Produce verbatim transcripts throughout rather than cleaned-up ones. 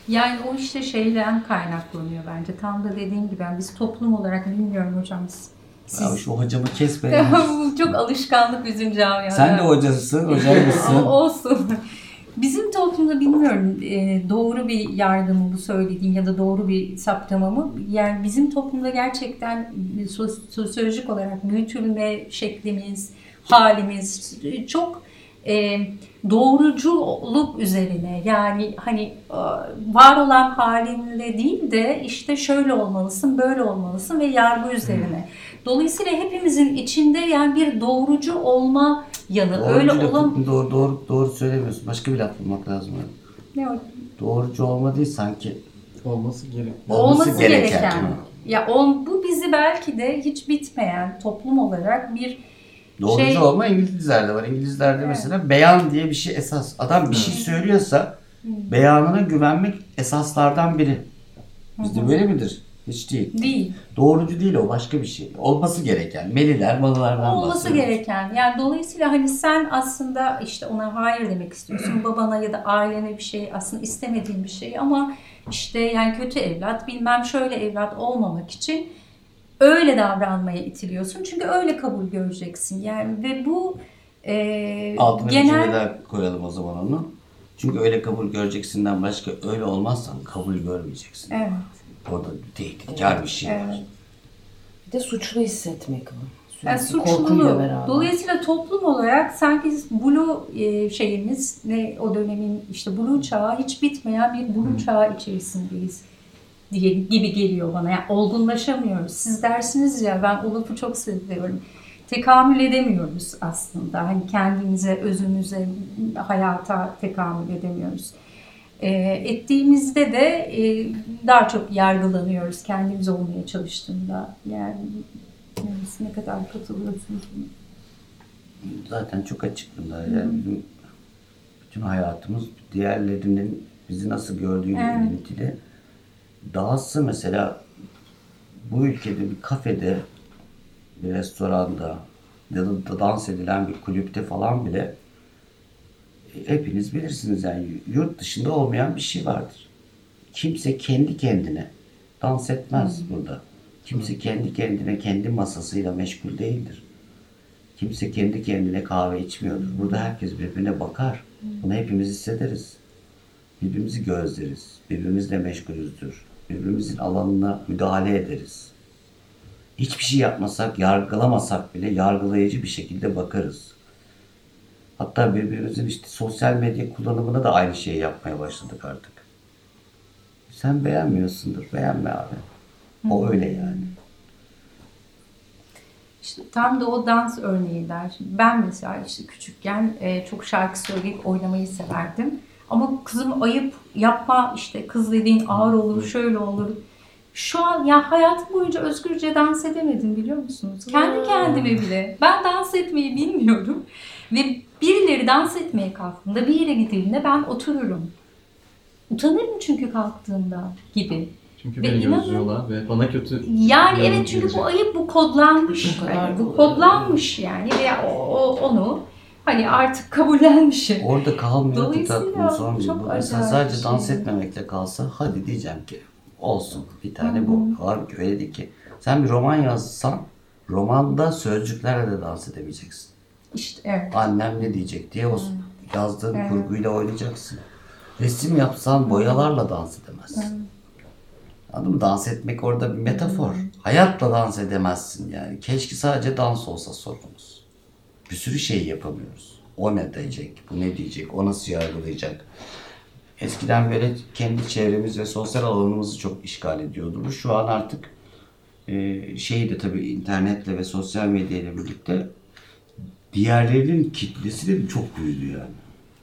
Yani o işte şeyden kaynaklanıyor bence. Tam da dediğim gibi yani biz toplum olarak bilmiyorum hocam. Siz... Ya şu hocamı kesme. Çok alışkanlık bizim camiada. Sen de hocasısın, hocaymışsın. Olsun. Bizim toplumda bilmiyorum doğru bir yargı mı bu söylediğin ya da doğru bir saptama mı? Yani bizim toplumda gerçekten sosyolojik olarak büyütülme şeklimiz, halimiz çok e, doğruculuk üzerine, yani hani var olan halinle değil de işte şöyle olmalısın, böyle olmalısın ve yargı üzerine. Dolayısıyla hepimizin içinde yani bir doğrucu olma yanı. Doğrucu öyle olan doğru, doğru doğru söylemiyorsun. Başka bir laf bulmak lazım. Ne o? Doğrucu olma değil sanki. Olması gereken. Olması, olması gereken. gereken. Ya on, bu bizi belki de hiç bitmeyen toplum olarak bir doğrucu şey... olma İngilizlerde var. İngilizlerde evet. Mesela beyan diye bir şey esas. Adam bir şey söylüyorsa beyanına güvenmek esaslardan biri. Bizde böyle midir? Hiç değil. Değil. Doğrucu değil, o başka bir şey. Olması gereken. Meliler, malılardan olması gereken. Yani dolayısıyla hani sen aslında işte ona hayır demek istiyorsun. Babana ya da ailene bir şey, aslında istemediğin bir şey ama işte yani kötü evlat, bilmem şöyle evlat olmamak için öyle davranmaya itiliyorsun. Çünkü öyle kabul göreceksin. Yani ve bu e, altına genel... bir cümle daha koyalım o zaman onu. Çünkü öyle kabul göreceksinden başka öyle olmazsan kabul görmeyeceksin. Evet. Orada tehditkar bir şey evet. var. Bir de suçlu hissetmek var. Yani suçluluğu. Dolayısıyla toplum olarak sanki Blue şeyimiz ne o dönemin işte Blue çağı hiç bitmeyen bir Blue hmm. çağı içerisindeyiz diye gibi geliyor bana. Yani olgunlaşamıyoruz. Siz dersiniz ya, ben o lafı çok seviyorum. Tekamül edemiyoruz aslında. Hani kendimize, özümüze, hayata tekamül edemiyoruz. E, ettiğimizde de e, daha çok yargılanıyoruz kendimiz olmaya çalıştığında. Yani ne kadar katılıyorsunuz? Zaten çok açık bunlar. Yani bizim bütün hayatımız diğerlerinin bizi nasıl gördüğüyle evet. ilintili. Dahası mesela bu ülkede bir kafede, bir restoranda ya da dans edilen bir kulüpte falan bile hepiniz bilirsiniz yani yurt dışında olmayan bir şey vardır. Kimse kendi kendine dans etmez Hı. burada. Kimse kendi kendine kendi masasıyla meşgul değildir. Kimse kendi kendine kahve içmiyordur. Burada herkes birbirine bakar. Bunu hepimiz hissederiz. Birbirimizi gözleriz. Birbirimizle meşgulüzdür. Birbirimizin alanına müdahale ederiz. Hiçbir şey yapmasak, yargılamasak bile yargılayıcı bir şekilde bakarız. Hatta birbirimizin işte sosyal medya kullanımına da aynı şeyi yapmaya başladık artık. Sen beğenmiyorsundur, beğenme abi. O öyle yani. İşte tam da o dans örneği der. Ben mesela işte küçükken e, çok şarkı söyleyip oynamayı severdim. Ama kızım ayıp yapma, işte kız dediğin ağır olur, şöyle olur. Şu an ya hayatım boyunca özgürce dans edemedim, biliyor musunuz? Kendi kendime bile. Ben dans etmeyi bilmiyorum. Ve birileri dans etmeye kalktığında, bir yere gidildiğinde ben otururum. Utanırım çünkü kalktığımda gibi. Çünkü beni gözlüyorlar ve bana kötü... Yani evet, çünkü gelecek. Bu ayıp, bu kodlanmış. Yani, bu kodlanmış yani ve o, o, onu hani artık kabullenmişim. Orada kalmıyor ki tatlım son çok bir. Mesela sadece dans şey. etmemekle kalsa hadi diyeceğim ki olsun bir tane Hı-hı. bu. Halbuki öyle değil ki. Sen bir roman yazsan romanda sözcüklerle de dans edemeyeceksin. İşte evet. Annem ne diyecek diye o Hı. yazdığın evet. kurguyla oynayacaksın. Resim yapsan boyalarla dans edemezsin. Hı. Anladın mı? Dans etmek orada bir metafor. Hmm. Hayatla dans edemezsin yani. Keşke sadece dans olsa sorunumuz. Bir sürü şey yapamıyoruz. O ne diyecek, bu ne diyecek, o nasıl yargılayacak. Eskiden böyle kendi çevremiz ve sosyal alanımızı çok işgal ediyordu. Bu şu an artık e, şeyi de tabii internetle ve sosyal medyayla birlikte diğerlerinin kitlesi de çok büyüdü yani.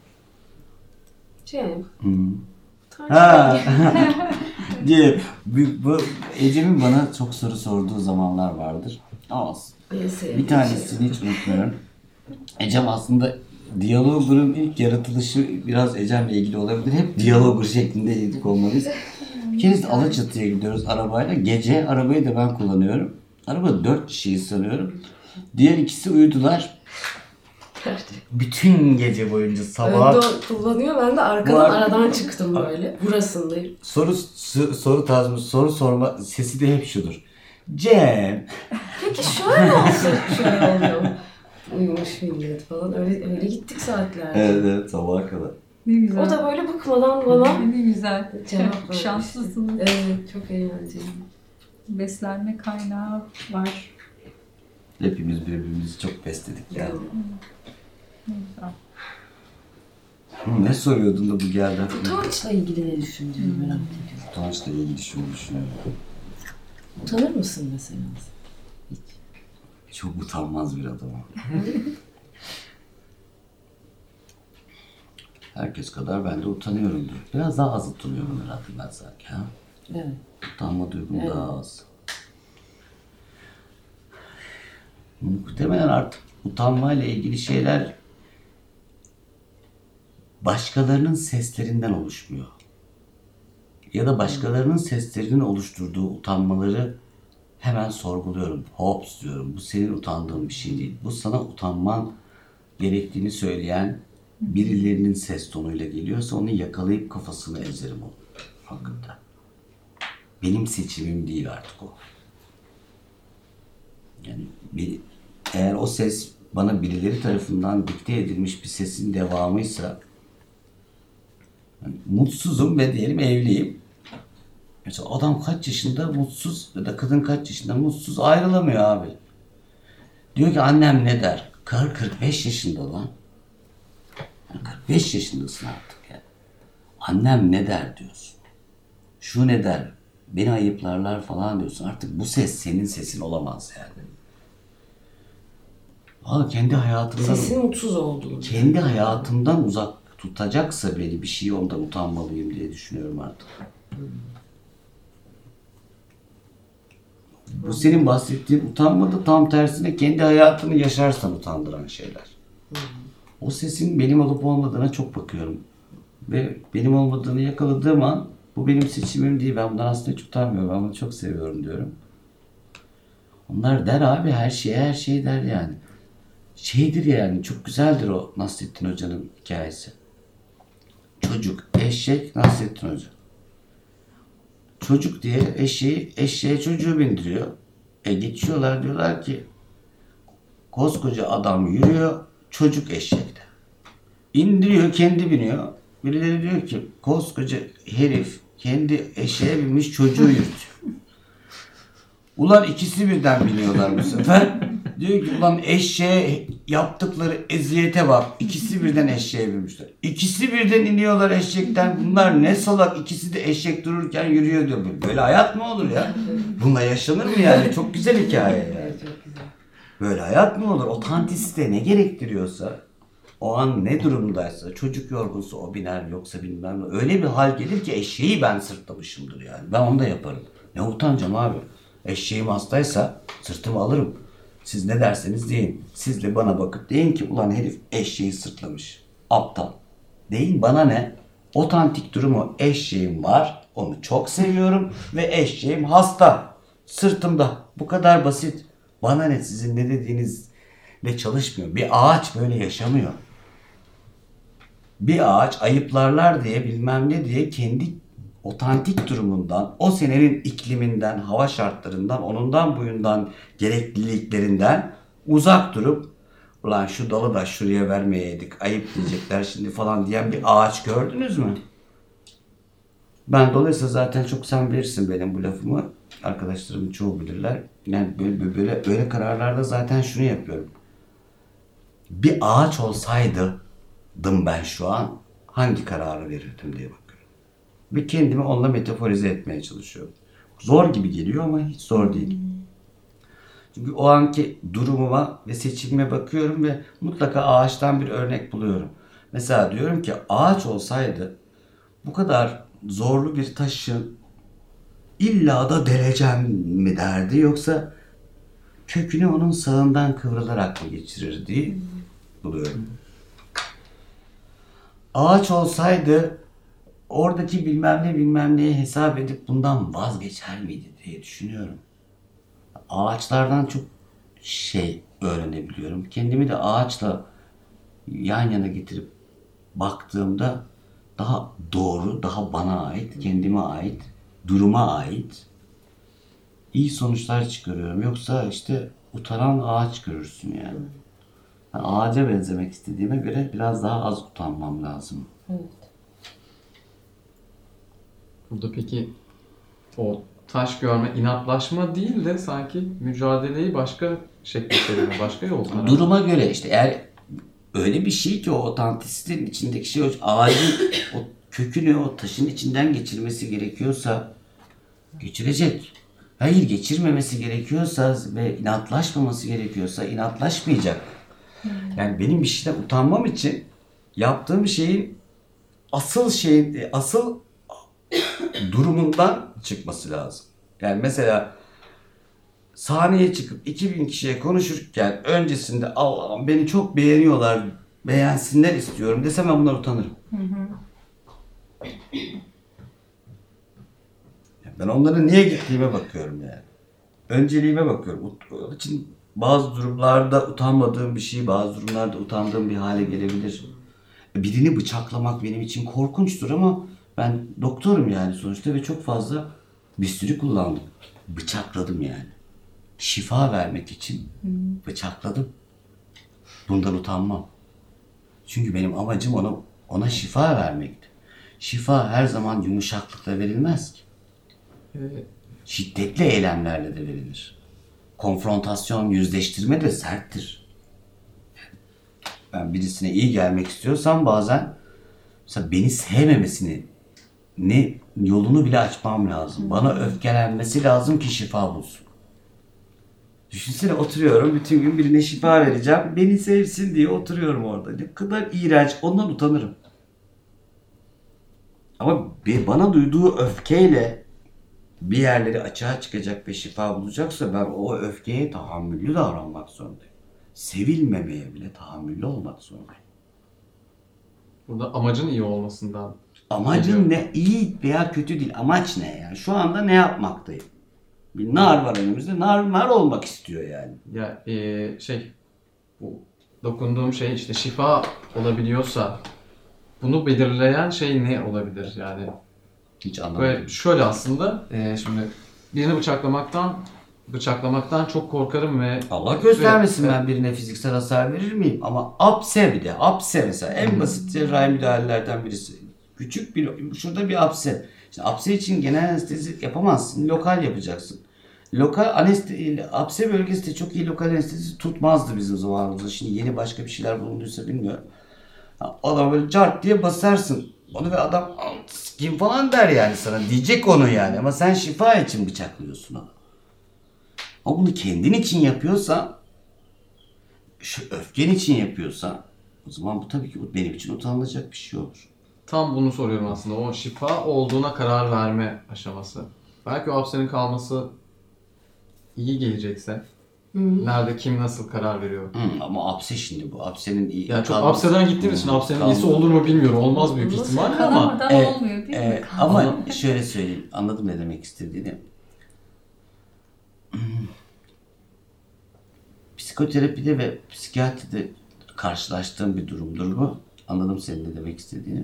Cem. Hmm. Ha. diye bu, bu Ecem'in bana çok soru sorduğu zamanlar vardır. Az. Bir tanesini hiç unutmuyorum. Ecem aslında Diyalogger'ın ilk yaratılışı biraz Ecem'le ilgili olabilir. Hep Diyalogger şeklinde yedik olmalıyız. Bir kere Alaçatı'ya gidiyoruz arabayla. Gece arabayı da ben kullanıyorum. Araba dört kişiyi sanıyorum. Diğer ikisi uyudular. Bütün gece boyunca sabah... Önde kullanıyor, ben de arkadan Var. aradan çıktım böyle. Burasındayım. Soru soru, soru tarzımız, soru sorma sesi de hep şudur. Cem. Peki şöyle olsa şöyle oluyor. Uyumuş millet falan. Öyle öyle gittik saatlerce. Evet evet sabaha kadar. Ne güzel. O da böyle bıkmadan bana Ne güzel. cevap vermiş. Şanslısınız. Evet, çok eğlenceli. Beslenme kaynağı var. Hepimiz birbirimizi çok besledik yani. Ne güzel. Hı, ne soruyordun da bu geldi aklıma? Utançla ilgili ne düşündüğünü merak ediyorum. Utançla ilgili şunu düşünüyorum. Utanır mısın mesela? Hiç. Çok utanmaz bir adamım. Herkes kadar ben de utanıyorumdur. Biraz daha az utanıyorum herhalde ben sanki. Ha? Evet. Utanma duygum Evet. daha az. Muhtemelen artık utanmayla ilgili şeyler başkalarının seslerinden oluşmuyor. Ya da başkalarının seslerinin oluşturduğu utanmaları hemen sorguluyorum. Hops diyorum. Bu senin utandığın bir şey değil. Bu sana utanman gerektiğini söyleyen birilerinin ses tonuyla geliyorsa onu yakalayıp kafasını ezerim o. Hakikaten. Benim seçimim değil artık o. Yani bir, eğer o ses bana birileri tarafından dikte edilmiş bir sesin devamıysa, yani mutsuzum ve diyelim evliyim. Mesela adam kaç yaşında mutsuz ya da kadın kaç yaşında mutsuz ayrılamıyor abi. Diyor ki annem ne der? Karı kırk beş yaşında lan. Yani kırk beş yaşındasın artık ya. Annem ne der diyorsun. Şu ne der? Beni ayıplarlar falan diyorsun. Artık bu ses senin sesin olamaz yani. Valla kendi hayatımdan... Sesin mutsuz olduğunu. Kendi hayatımdan uzak tutacaksa beni bir şey ondan utanmalıyım diye düşünüyorum artık. Bu senin bahsettiğin utanma da tam tersine kendi hayatını yaşarsan utandıran şeyler. O sesin benim olup olmadığına çok bakıyorum. Ve benim olmadığını yakaladığım an bu benim seçimim değil. Ben bundan aslında hiç utanmıyorum. Ben bunu çok seviyorum diyorum. Onlar der abi her şeye her şey der yani. Şeydir yani çok güzeldir o Nasrettin Hoca'nın hikayesi. Çocuk, eşek, Nasrettin Hoca. Çocuk diye eşeği, eşeğe çocuğu bindiriyor. E geçiyorlar diyorlar ki koskoca adam yürüyor, çocuk eşekte. İndiriyor, kendi biniyor. Birileri diyor ki koskoca herif kendi eşeğe binmiş çocuğu yürütüyor. Ulan ikisi birden biniyorlar bu sefer. Diyor ki ulan eşeğe yaptıkları eziyete bak. İkisi birden eşeğe binmişler. İkisi birden iniyorlar eşekten. Bunlar ne salak. İkisi de eşek dururken yürüyor diyor. Böyle hayat mı olur ya? Bununla yaşanır mı yani? Çok güzel hikaye yani. Evet, çok güzel. Böyle hayat mı olur? Otantisite ne gerektiriyorsa, o an ne durumdaysa, çocuk yorgunsa o biner yoksa bilmem ne. Öyle bir hal gelir ki eşeği ben sırtlamışımdır yani. Ben onu da yaparım. Ne utanacağım abi. Eşeğim hastaysa sırtımı alırım. Siz ne derseniz deyin. Siz de bana bakıp deyin ki ulan herif eşeği sırtlamış. Aptal. Deyin bana ne? Otantik durumu eşeğim var. Onu çok seviyorum ve eşeğim hasta. Sırtımda. Bu kadar basit. Bana ne sizin ne dediğinizle çalışmıyor. Bir ağaç böyle yaşamıyor. Bir ağaç ayıplarlar diye bilmem ne diye kendi otantik durumundan, o senenin ikliminden, hava şartlarından, onundan buyundan gerekliliklerinden uzak durup ulan şu dalı da şuraya vermeyeydik, ayıp diyecekler şimdi falan diyen bir ağaç gördünüz mü? Ben dolayısıyla zaten çok sen bilirsin benim bu lafımı. Arkadaşlarımın çoğu bilirler. Yani böyle, böyle, böyle kararlarda zaten şunu yapıyorum. Bir ağaç olsaydım ben şu an hangi kararı verirdim diye bakıyorum. Ve kendimi onunla metaforize etmeye çalışıyorum. Zor gibi geliyor ama hiç zor değil. Çünkü o anki durumuma ve seçimime bakıyorum ve mutlaka ağaçtan bir örnek buluyorum. Mesela diyorum ki ağaç olsaydı bu kadar zorlu bir taşı illa da deleceğim mi derdi yoksa kökünü onun sağından kıvrılarak mı geçirirdi buluyorum. Ağaç olsaydı oradaki bilmem ne bilmem neye hesap edip bundan vazgeçer miydi diye düşünüyorum. Ağaçlardan çok şey öğrenebiliyorum. Kendimi de ağaçla yan yana getirip baktığımda daha doğru, daha bana ait, kendime ait, duruma ait iyi sonuçlar çıkarıyorum. Yoksa işte utanan ağaç görürsün yani. Yani ağaca benzemek istediğime göre biraz daha az utanmam lazım. Evet. Burada peki o taş görme, inatlaşma değil de sanki mücadeleyi başka şekilde çevirme, başka yollar. Duruma göre işte eğer öyle bir şey ki o otantisitenin içindeki şey o ağacın o kökünü o taşın içinden geçirmesi gerekiyorsa geçirecek. Hayır geçirmemesi gerekiyorsa ve inatlaşmaması gerekiyorsa inatlaşmayacak. Yani benim bir şeyden utanmam için yaptığım şeyin asıl şeyin asıl durumundan çıkması lazım. Yani mesela sahneye çıkıp iki bin kişiye konuşurken öncesinde Allah'ım beni çok beğeniyorlar, beğensinler istiyorum desem ben bundan utanırım. Hı hı. Ben onların niye gittiğime bakıyorum yani. Önceliğime bakıyorum. Onun için bazı durumlarda utanmadığım bir şey, bazı durumlarda utandığım bir hale gelebilir. Birini bıçaklamak benim için korkunçtur ama ben doktorum yani sonuçta ve çok fazla bisturi kullandım. Bıçakladım yani. Şifa vermek için bıçakladım. Bundan utanmam. Çünkü benim amacım ona ona şifa vermekti. Şifa her zaman yumuşaklıkla verilmez ki. Şiddetli eylemlerle de verilir. Konfrontasyon, yüzleştirme de serttir. Ben birisine iyi gelmek istiyorsam bazen mesela beni sevmemesini ne yolunu bile açmam lazım. Bana öfkelenmesi lazım ki şifa bulsun. Düşünsene oturuyorum bütün gün birine şifa vereceğim. Beni sevsin diye oturuyorum orada. Ne kadar iğrenç. Ondan utanırım. Ama bana duyduğu öfkeyle bir yerleri açığa çıkacak ve şifa bulacaksa ben o öfkeye tahammüllü davranmak zorundayım. Sevilmemeye bile tahammüllü olmak zorundayım. Burada amacın iyi olmasından. Amacın ne? İyi veya kötü değil. Amaç ne yani? Şu anda ne yapmaktayım? Bir nar var önümüzde. Nar, nar olmak istiyor yani. Ya e, şey, bu dokunduğum şey işte şifa olabiliyorsa bunu belirleyen şey ne olabilir yani? Hiç anlamadım. Böyle şöyle aslında e, şimdi birini bıçaklamaktan bıçaklamaktan çok korkarım ve Allah göstermesin ve, ben birine fiziksel hasar verir miyim? Ama apse bir de. Apse mesela en basit cerrahi müdahalelerden birisi. Küçük bir, şurada bir apse. Şimdi apse için genel anestezi yapamazsın. Lokal yapacaksın. Lokal anestezi, apse bölgesi de çok iyi lokal anestezi tutmazdı bizim zamanımızda. Şimdi yeni başka bir şeyler bulunduysa bilmiyorum. Adam böyle cart diye basarsın. Onu ve adam kim falan der yani sana. Diyecek onu yani. Ama sen şifa için bıçaklıyorsun onu. Ama bunu kendin için yapıyorsa, şu öfken için yapıyorsa o zaman bu tabii ki benim için utanılacak bir şey olur. tam bunu soruyorum aslında. O şifa olduğuna karar verme aşaması. Belki o hapsenin kalması iyi gelecekse. Hı. Nerede kim nasıl karar veriyor? Hı, ama apse şimdi bu. Apsenin iyi. Yani çok apseden gittiğimiz için apsenin iyisi olur mu bilmiyorum. Olmaz büyük ihtimalle ama. Kanamadan e, olmuyor değil e, mi? Ama şöyle söyleyeyim. Anladım ne demek istediğini. Psikoterapide ve psikiyatride karşılaştığım bir durumdur bu. Anladım senin ne demek istediğini.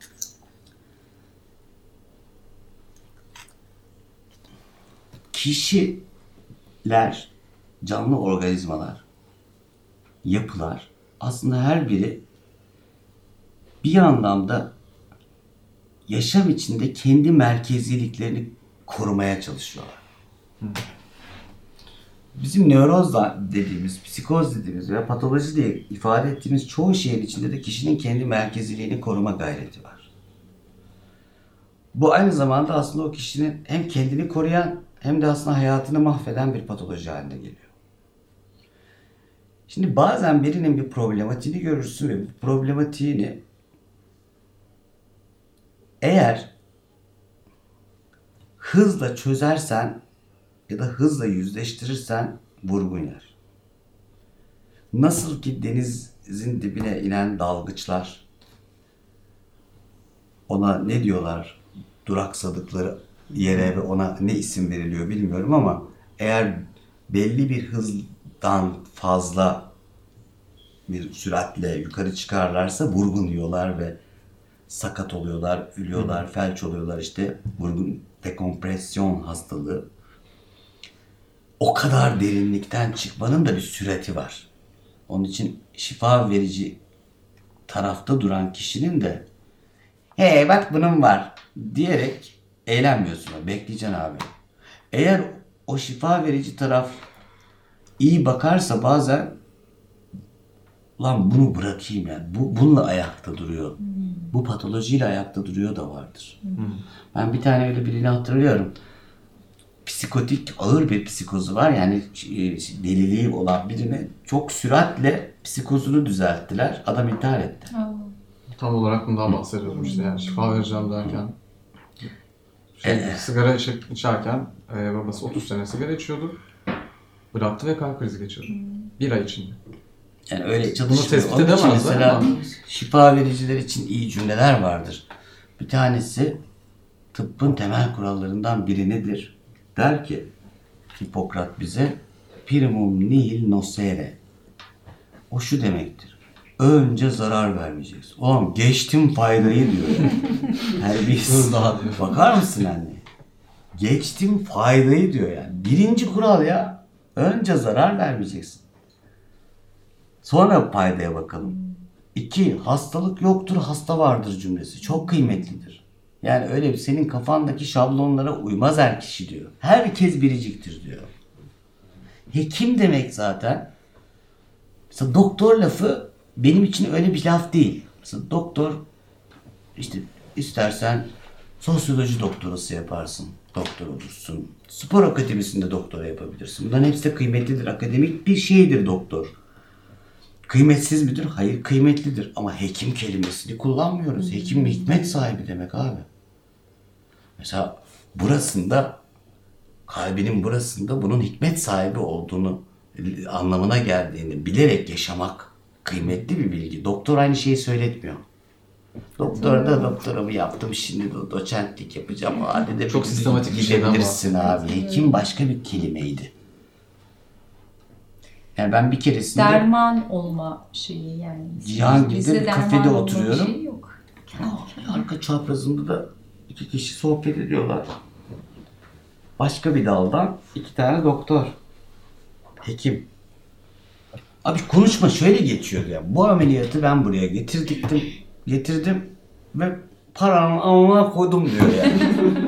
Kişiler, canlı organizmalar, yapılar aslında her biri bir anlamda yaşam içinde kendi merkeziliklerini korumaya çalışıyorlar. Hmm. Bizim nöroz dediğimiz, psikoz dediğimiz veya patoloji diye ifade ettiğimiz çoğu şeyin içinde de kişinin kendi merkeziliğini koruma gayreti var. Bu aynı zamanda aslında o kişinin hem kendini koruyan hem de aslında hayatını mahveden bir patoloji haline geliyor. Şimdi bazen birinin bir problematiğini görürsün ve bu problematiğini eğer hızla çözersen ya da hızla yüzleştirirsen vurgun yer. Nasıl ki denizin dibine inen dalgıçlar ona ne diyorlar duraksadıkları yere ve ona ne isim veriliyor bilmiyorum ama eğer belli bir hızdan fazla bir süratle yukarı çıkarlarsa vurgun yiyorlar ve sakat oluyorlar, ölüyorlar, hmm. felç oluyorlar işte. Vurgun dekompresyon hastalığı. O kadar derinlikten çıkmanın da bir sürati var. Onun için şifa verici tarafta duran kişinin de hey bak bunun var diyerek eğlenmiyorsun. Bekleyeceksin abi. Eğer o şifa verici taraf iyi bakarsa bazen lan bunu bırakayım yani. Bu, bununla ayakta duruyor. Hmm. Bu patolojiyle ayakta duruyor da vardır. Hmm. Ben bir tane öyle birini hatırlıyorum. Psikotik ağır bir psikozu var. Yani deliliği olan birini çok süratle psikozunu düzelttiler. Adam intihar etti. Oh. Tam olarak bundan bahsediyordum işte yani şifa vereceğim derken. Şey, ee, sigara içerken e, babası otuz sene sigara içiyordu. Bıraktı ve kalp krizi geçirdi. Hmm. Bir ay içinde. Yani öyle çalışmıyor. Onun için mesela şifa vericiler için iyi cümleler vardır. Bir tanesi tıbbın temel kurallarından biri nedir? Der ki Hipokrat bize primum nihil nocere. O şu demektir. Önce zarar vermeyeceksin. Oğlum geçtim faydayı diyor. Yani biz daha diyor. Bakar mısın anne? Geçtim faydayı diyor yani. Birinci kural ya. Önce zarar vermeyeceksin. Sonra faydaya bakalım. İki, hastalık yoktur, hasta vardır cümlesi. Çok kıymetlidir. Yani öyle senin kafandaki şablonlara uymaz her kişi diyor. Herkes biriciktir diyor. Hekim demek zaten. Mesela doktor lafı benim için öyle bir laf değil. Mesela doktor işte istersen sosyoloji doktorası yaparsın. Doktor olursun. Spor akademisinde doktora yapabilirsin. Bunların hepsi de kıymetlidir. Akademik bir şeydir doktor. Kıymetsiz midir? Hayır, kıymetlidir. Ama hekim kelimesini kullanmıyoruz. Hekim hikmet sahibi demek abi. Mesela burasında, kalbinin burasında bunun hikmet sahibi olduğunu anlamına geldiğini bilerek yaşamak kıymetli bir bilgi. Doktor aynı şeyi söyletmiyor. Doktor da doktoramı yaptım, şimdi de doçentlik yapacağım. O halde de çok sistematik bir şeyden bilirsin abi. Hekim başka bir kelimeydi. Yani ben bir keresinde derman olma şeyi yani. Cihangir'de bir kafede oturuyorum. Şey yok. Arka çaprazında da iki kişi sohbet ediyorlar. Başka bir daldan iki tane doktor. Hekim. Abi konuşma şöyle geçiyordu ya. Bu ameliyatı ben buraya getirdim, getirdim ve paranın amına koydum diyor yani.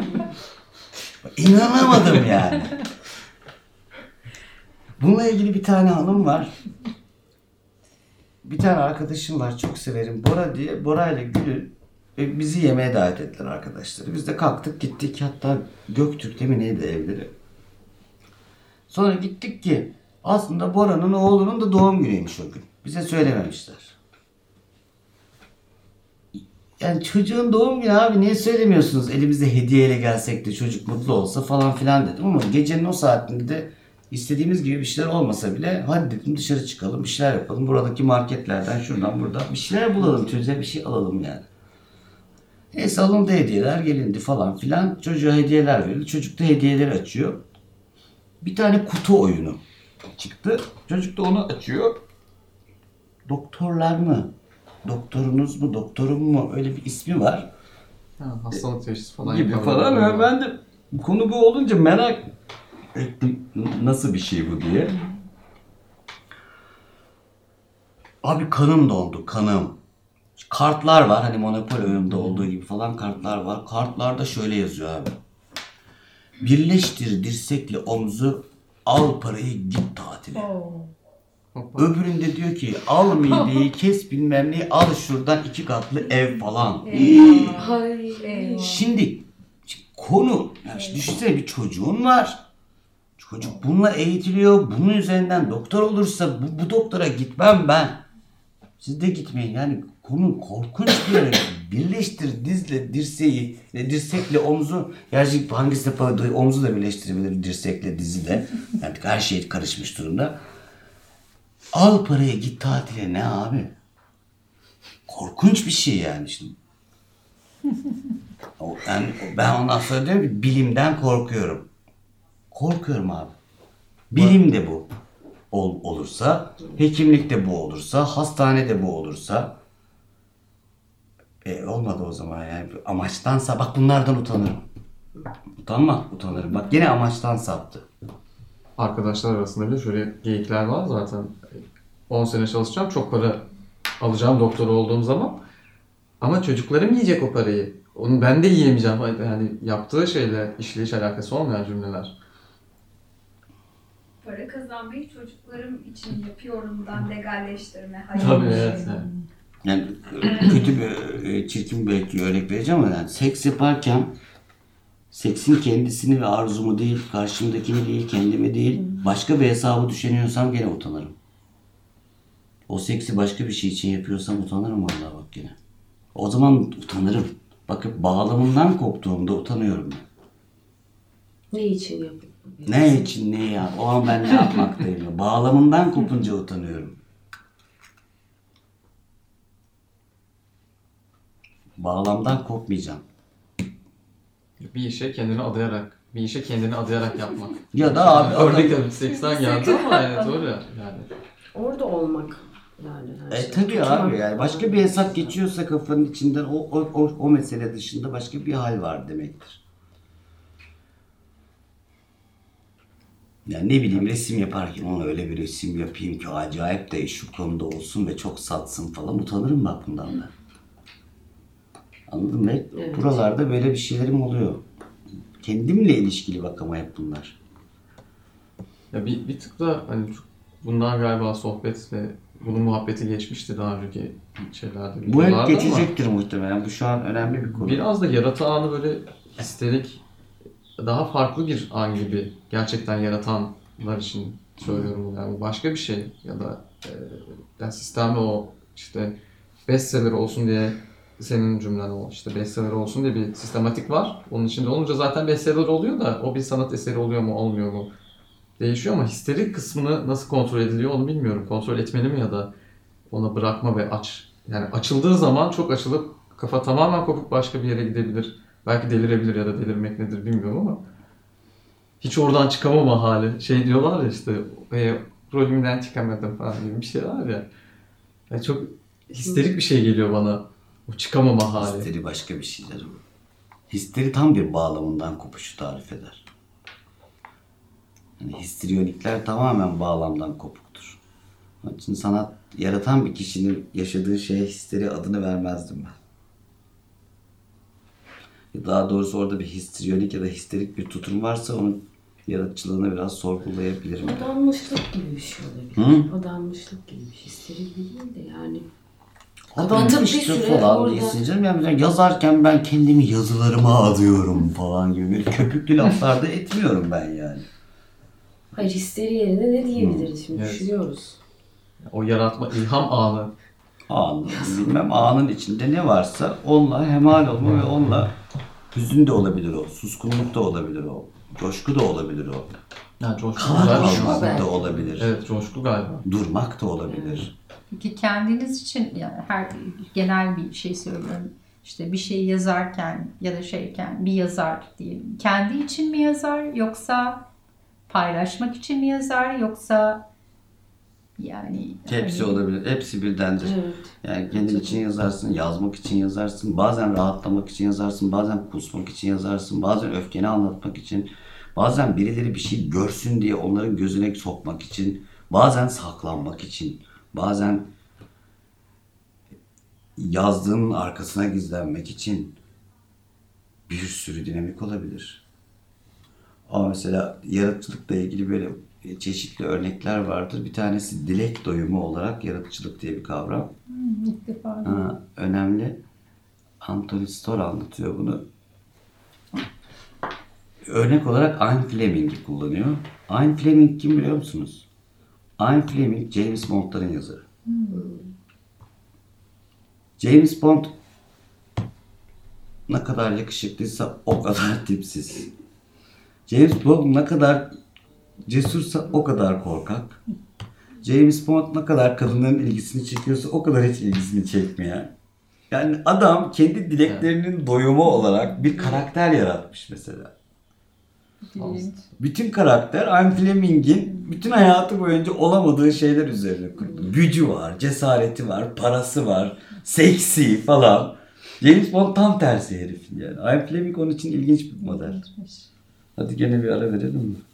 İnanamadım yani. Bununla ilgili bir tane hanım var. Bir tane arkadaşım var, çok severim. Bora diye. Bora ile Gül'ün e, bizi yemeğe davet ettiler arkadaşları. Biz de kalktık gittik. Hatta Göktürk'te mi neydi evleri. Sonra gittik ki aslında Bora'nın oğlunun da doğum günüymüş o gün. Bize söylememişler. Yani çocuğun doğum günü abi niye söylemiyorsunuz? Elimizde hediyeyle gelsek de çocuk mutlu olsa falan filan dedim ama gecenin o saatinde de İstediğimiz gibi bir şeyler olmasa bile hadi dedim dışarı çıkalım bir şeyler yapalım. Buradaki marketlerden şuradan buradan bir şeyler bulalım. Çocuğa bir şey alalım yani. Neyse alındı hediyeler gelindi falan filan. Çocuğa hediyeler verildi. Çocuk da hediyeleri açıyor. Bir tane kutu oyunu çıktı. Çocuk da onu açıyor. Doktorlar mı? Doktorunuz mu? Doktorum mu? Öyle bir ismi var. Ha, hastalık teşhisi falan gibi falan. Yani ben de konu bu olunca merak ettim nasıl bir şey bu diye. Abi kanım dondu, kanım. Kartlar var hani Monopoly oyununda olduğu gibi falan kartlar var. Kartlarda şöyle yazıyor abi. Birleştir dirsekle omzu, al parayı git tatile. Oh. Öbüründe diyor ki al mideyi kes bilmem ne, al şuradan iki katlı ev falan. Eyvah. Şimdi konu, yani düşünsene bir çocuğun var. Çocuk bununla eğitiliyor. Bunun üzerinden doktor olursa bu, bu doktora gitmem ben. Siz de gitmeyin. Yani konu korkunç bir yere. Birleştir dizle dirseği, dirsekle omzu. Gerçi hangisi de omzu da birleştirebilir dirsekle dizi de. Yani her şey karışmış durumda. Al parayı git tatile ne abi? Korkunç bir şey yani şimdi. Yani ben ondan sonra diyorum ki bilimden korkuyorum. Korkuyorum abi. Bilim de bu. ol, olursa, hekimlikte bu olursa, hastanede bu olursa e, olmadı o zaman yani. Amaçtansa bak bunlardan utanırım. Utanma, utanırım. Bak yine amaçtan saptı. Arkadaşlar arasında bile şöyle geyikler var zaten. on sene çalışacağım, çok para alacağım doktor olduğum zaman. Ama çocuklarım yiyecek o parayı. Onu ben de yiyemeyeceğim. Yani yaptığı şeyle işle hiç alakası olmayan cümleler. Para kazanmayı çocuklarım için yapıyorumdan legalleştirme. Hayır. Tabii evet. Yani. Yani kötü bir, çirkin belki örnek vereceğim ama yani seks yaparken seksin kendisini ve arzumu değil, karşımdakini değil, kendimi değil, başka bir hesabı düşünüyorsam gene utanırım. O seksi başka bir şey için yapıyorsam utanırım vallahi bak yine. O zaman utanırım. Bakın bağlamından koptuğumda utanıyorum ben. Ne için yapıyorsun? Ne için ne ya? O an ben ne yapmaktayım? Bağlamından kopunca utanıyorum. Bağlamdan kopmayacağım. Bir işe kendini adayarak, bir işe kendini adayarak yapmak. Ya da abi Örnek tabii seksten geldi ama evet öyle yani. Orada olmak yani. Her E şey. tabii Tutmak abi yani başka bir hesap falan. geçiyorsa kafanın içinden o, o, o, o mesele dışında başka bir hal var demektir. Yani ne bileyim resim yaparken ona öyle bir resim yapayım ki acayip de şu konuda olsun ve çok satsın falan utanırım bak bundan ben. Anladın mı? Evet. Buralarda böyle bir şeylerim oluyor. Kendimle ilişkili bak ama hep bunlar. Ya bir, bir tık da hani çok- bundan galiba sohbet ve bunun muhabbeti geçmişti daha önceki şeylerde. Bu hep videolarda ama geçecektir muhtemelen. Bu şu an önemli bir konu. Biraz da yaratan anı böyle histerik, daha farklı bir an gibi gerçekten yaratanlar için söylüyorum. Yani başka bir şey ya da e, yani sistemde o işte bestseller olsun diye senin cümlen o işte bestseller olsun diye bir sistematik var. Onun içinde olunca zaten bestseller oluyor da o bir sanat eseri oluyor mu olmuyor mu değişiyor ama histerik kısmını nasıl kontrol ediliyor onu bilmiyorum. Kontrol etmeli mi ya da ona bırakma ve aç. Yani açıldığı zaman çok açılıp kafa tamamen kopup başka bir yere gidebilir. Belki delirebilir ya da delirmek nedir bilmiyorum ama hiç oradan çıkamama hali. Şey diyorlar ya işte e, rolümden çıkamadım falan gibi bir şey var ya. Yani çok histerik bir şey geliyor bana. O çıkamama hali. Histeri başka bir şeydir. Histeri tam bir bağlamından kopuşu tarif eder. Yani histriyonikler tamamen bağlamdan kopuktur. Onun için sanat yaratan bir kişinin yaşadığı şeye histeri adını vermezdim ben. Daha doğrusu orada bir histriyonik ya da histerik bir tutum varsa onun yaratıcılığını biraz sorgulayabilirim. Adanmışlık gibi bir şey olabilir. Hı? Adanmışlık gibi bir şey. Histerik değil de yani. Adanmıştır falan değilsin canım. Yani yazarken ben kendimi yazılarıma adıyorum falan gibi bir köpüklü laflar da etmiyorum ben yani. Hayır histeri yerine ne diyebiliriz şimdi Evet. düşünüyoruz. O yaratma, ilham anı. Anın, bilmem anın içinde ne varsa onunla hemhal olma ve onunla hüzün de olabilir o, suskunluk da olabilir o, coşku da olabilir o, Yani coşku kalan güzel bir şey. kalmak belki. da olabilir, Evet coşku galiba. durmak da olabilir. Peki kendiniz için yani her genel bir şey söylüyorum. İşte bir şey yazarken ya da şeyken bir yazar diyelim. Kendi için mi yazar yoksa paylaşmak için mi yazar yoksa yani Hepsi hani- olabilir, hepsi birdendir. Evet. Yani kendin için yazarsın, yazmak için yazarsın, bazen rahatlamak için yazarsın, bazen kusmak için yazarsın, bazen öfkeni anlatmak için, bazen birileri bir şey görsün diye onların gözüne sokmak için, bazen saklanmak için, bazen yazdığının arkasına gizlenmek için bir sürü dinamik olabilir. Ama mesela yaratıcılıkla ilgili böyle çeşitli örnekler vardır. Bir tanesi dilek doyumu olarak yaratıcılık diye bir kavram. Hmm, ilk defa. Ha, önemli. Anthony Storr anlatıyor bunu. Örnek olarak Ian Fleming'i kullanıyor. Ian Fleming kim biliyor musunuz? Ian Fleming James Bond'ların yazarı. James Bond ne kadar yakışıklıysa o kadar tipsiz. James Bond ne kadar cesursa o kadar korkak. James Bond ne kadar kadınların ilgisini çekiyorsa o kadar hiç ilgisini çekmeyen. Yani adam kendi dileklerinin doyumu olarak bir karakter yaratmış mesela. İlginç. Bütün karakter Ian Fleming'in bütün hayatı boyunca olamadığı şeyler üzerine kurulu. Gücü var, cesareti var, parası var, seksi falan. James Bond tam tersi herifin yani. Ian Fleming onun için ilginç bir model. Hadi gene bir ara verelim mi?